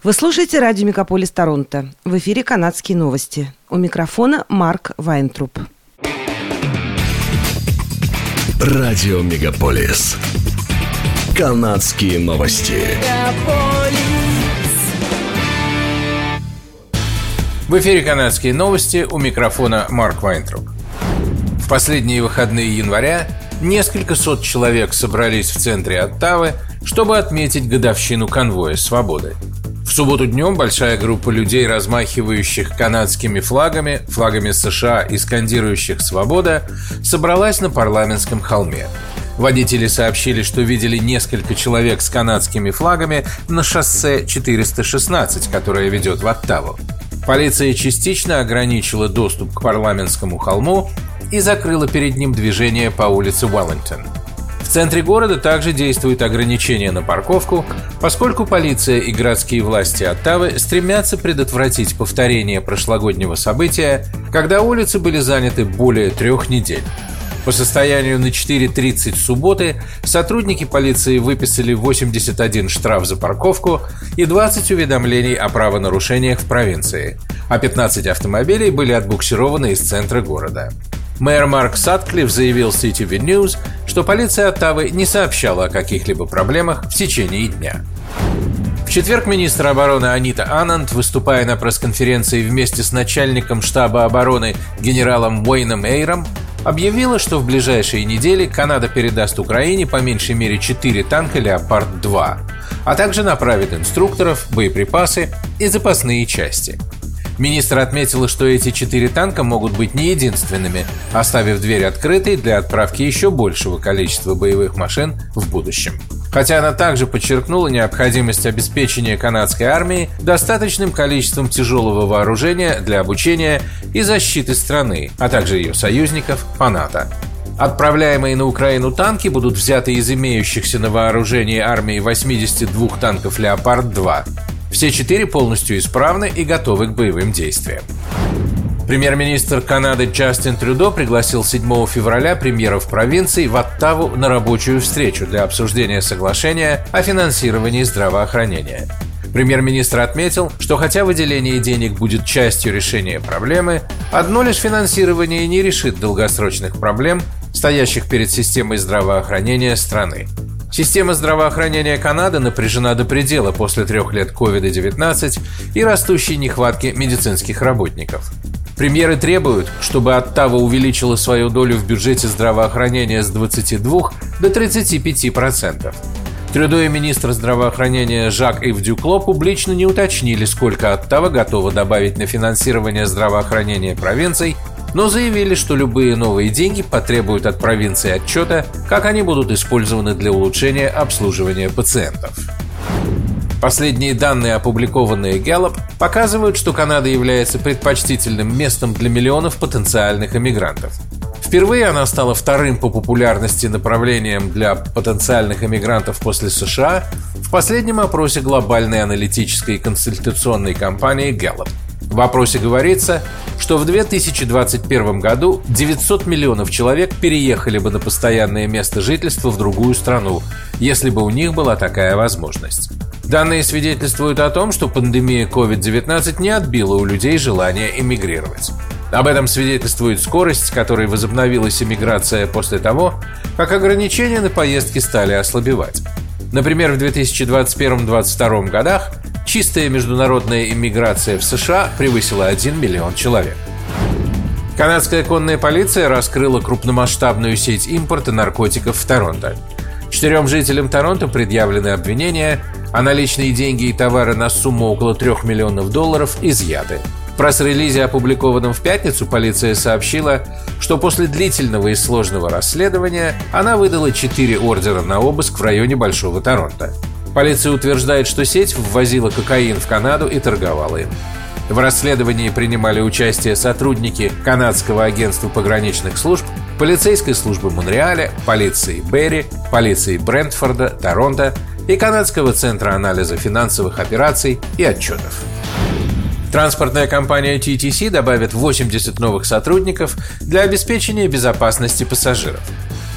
Вы слушаете радио Мегаполис Торонто. В эфире канадские новости. У микрофона Марк Вайнтруп. Радио Мегаполис. Канадские новости. В эфире канадские новости. У микрофона Марк Вайнтруп. В последние выходные января несколько сот человек собрались в центре Оттавы, чтобы отметить годовщину конвоя свободы. В субботу днем большая группа людей, размахивающих канадскими флагами США и скандирующих «Свобода», собралась на парламентском холме. Водители сообщили, что видели несколько человек с канадскими флагами на шоссе 416, которое ведет в Оттаву. Полиция частично ограничила доступ к парламентскому холму и закрыла перед ним движение по улице Уэллингтон. В центре города также действует ограничение на парковку, поскольку полиция и городские власти Оттавы стремятся предотвратить повторение прошлогоднего события, когда улицы были заняты более 3 недель. По состоянию на 4:30 субботы сотрудники полиции выписали 81 штраф за парковку и 20 уведомлений о правонарушениях в провинции, а 15 автомобилей были отбуксированы из центра города. Мэр Марк Сатклифф заявил CTV News, что полиция Оттавы не сообщала о каких-либо проблемах в течение дня. В четверг министр обороны Анита Ананд, выступая на пресс-конференции вместе с начальником штаба обороны генералом Уэйном Эйром, объявила, что в ближайшие недели Канада передаст Украине по меньшей мере 4 танка «Леопард-2», а также направит инструкторов, боеприпасы и запасные части. Министр отметила, что эти 4 танка могут быть не единственными, оставив дверь открытой для отправки еще большего количества боевых машин в будущем. Хотя она также подчеркнула необходимость обеспечения канадской армии достаточным количеством тяжелого вооружения для обучения и защиты страны, а также ее союзников по НАТО. Отправляемые на Украину танки будут взяты из имеющихся на вооружении армии 82 танков «Леопард-2». Все 4 полностью исправны и готовы к боевым действиям. Премьер-министр Канады Джастин Трюдо пригласил 7 февраля премьеров провинций в Оттаву на рабочую встречу для обсуждения соглашения о финансировании здравоохранения. Премьер-министр отметил, что хотя выделение денег будет частью решения проблемы, одно лишь финансирование не решит долгосрочных проблем, стоящих перед системой здравоохранения страны. Система здравоохранения Канады напряжена до предела после 3 лет COVID-19 и растущей нехватки медицинских работников. Премьеры требуют, чтобы Оттава увеличила свою долю в бюджете здравоохранения с 22 до 35%. Трюдо и министр здравоохранения Жак-Ив Дюкло публично не уточнили, сколько Оттава готова добавить на финансирование здравоохранения провинций, но заявили, что любые новые деньги потребуют от провинции отчета, как они будут использованы для улучшения обслуживания пациентов. Последние данные, опубликованные Gallup, показывают, что Канада является предпочтительным местом для миллионов потенциальных иммигрантов. Впервые она стала вторым по популярности направлением для потенциальных иммигрантов после США в последнем опросе глобальной аналитической и консультационной компании Gallup. В опросе говорится, что в 2021 году 900 миллионов человек переехали бы на постоянное место жительства в другую страну, если бы у них была такая возможность. Данные свидетельствуют о том, что пандемия COVID-19 не отбила у людей желание эмигрировать. Об этом свидетельствует скорость, с которой возобновилась эмиграция после того, как ограничения на поездки стали ослабевать. Например, в 2021-2022 годах чистая международная иммиграция в США превысила 1 миллион человек. Канадская конная полиция раскрыла крупномасштабную сеть импорта наркотиков в Торонто. 4 жителям Торонто предъявлены обвинения, а наличные деньги и товары на сумму около $3 миллионов изъяты. В пресс-релизе, опубликованном в пятницу, полиция сообщила, что после длительного и сложного расследования она выдала 4 ордера на обыск в районе Большого Торонто. Полиция утверждает, что сеть ввозила кокаин в Канаду и торговала им. В расследовании принимали участие сотрудники Канадского агентства пограничных служб, полицейской службы Монреаля, полиции Берри, полиции Брентфорда, Торонто и Канадского центра анализа финансовых операций и отчетов. Транспортная компания TTC добавит 80 новых сотрудников для обеспечения безопасности пассажиров. В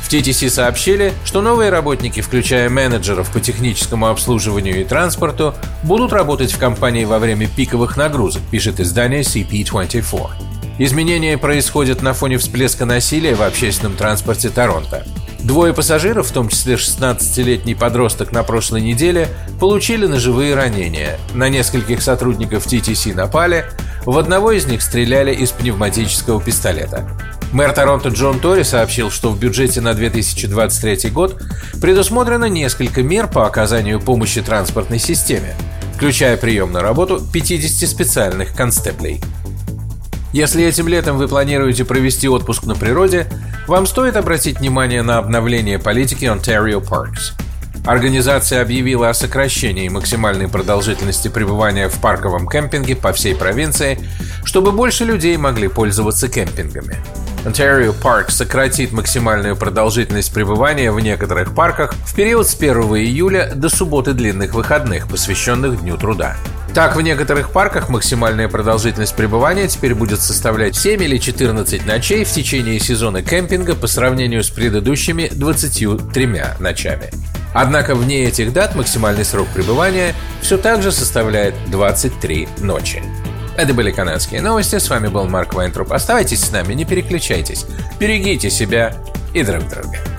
В TTC сообщили, что новые работники, включая менеджеров по техническому обслуживанию и транспорту, будут работать в компании во время пиковых нагрузок, пишет издание CP24. Изменения происходят на фоне всплеска насилия в общественном транспорте Торонто. 2 пассажиров, в том числе 16-летний подросток на прошлой неделе, получили ножевые ранения. На нескольких сотрудников TTC напали, в одного из них стреляли из пневматического пистолета. Мэр Торонто Джон Тори сообщил, что в бюджете на 2023 год предусмотрено несколько мер по оказанию помощи транспортной системе, включая прием на работу 50 специальных констеблей. Если этим летом вы планируете провести отпуск на природе, вам стоит обратить внимание на обновление политики Ontario Parks. Организация объявила о сокращении максимальной продолжительности пребывания в парковом кемпинге по всей провинции, чтобы больше людей могли пользоваться кемпингами. Ontario Parks сократит максимальную продолжительность пребывания в некоторых парках в период с 1 июля до субботы длинных выходных, посвященных Дню труда. Так, в некоторых парках максимальная продолжительность пребывания теперь будет составлять 7 или 14 ночей в течение сезона кемпинга по сравнению с предыдущими 23 ночами. Однако вне этих дат максимальный срок пребывания все так же составляет 23 ночи. Это были канадские новости, с вами был Марк Вайнтроп. Оставайтесь с нами, не переключайтесь, берегите себя и друг друга.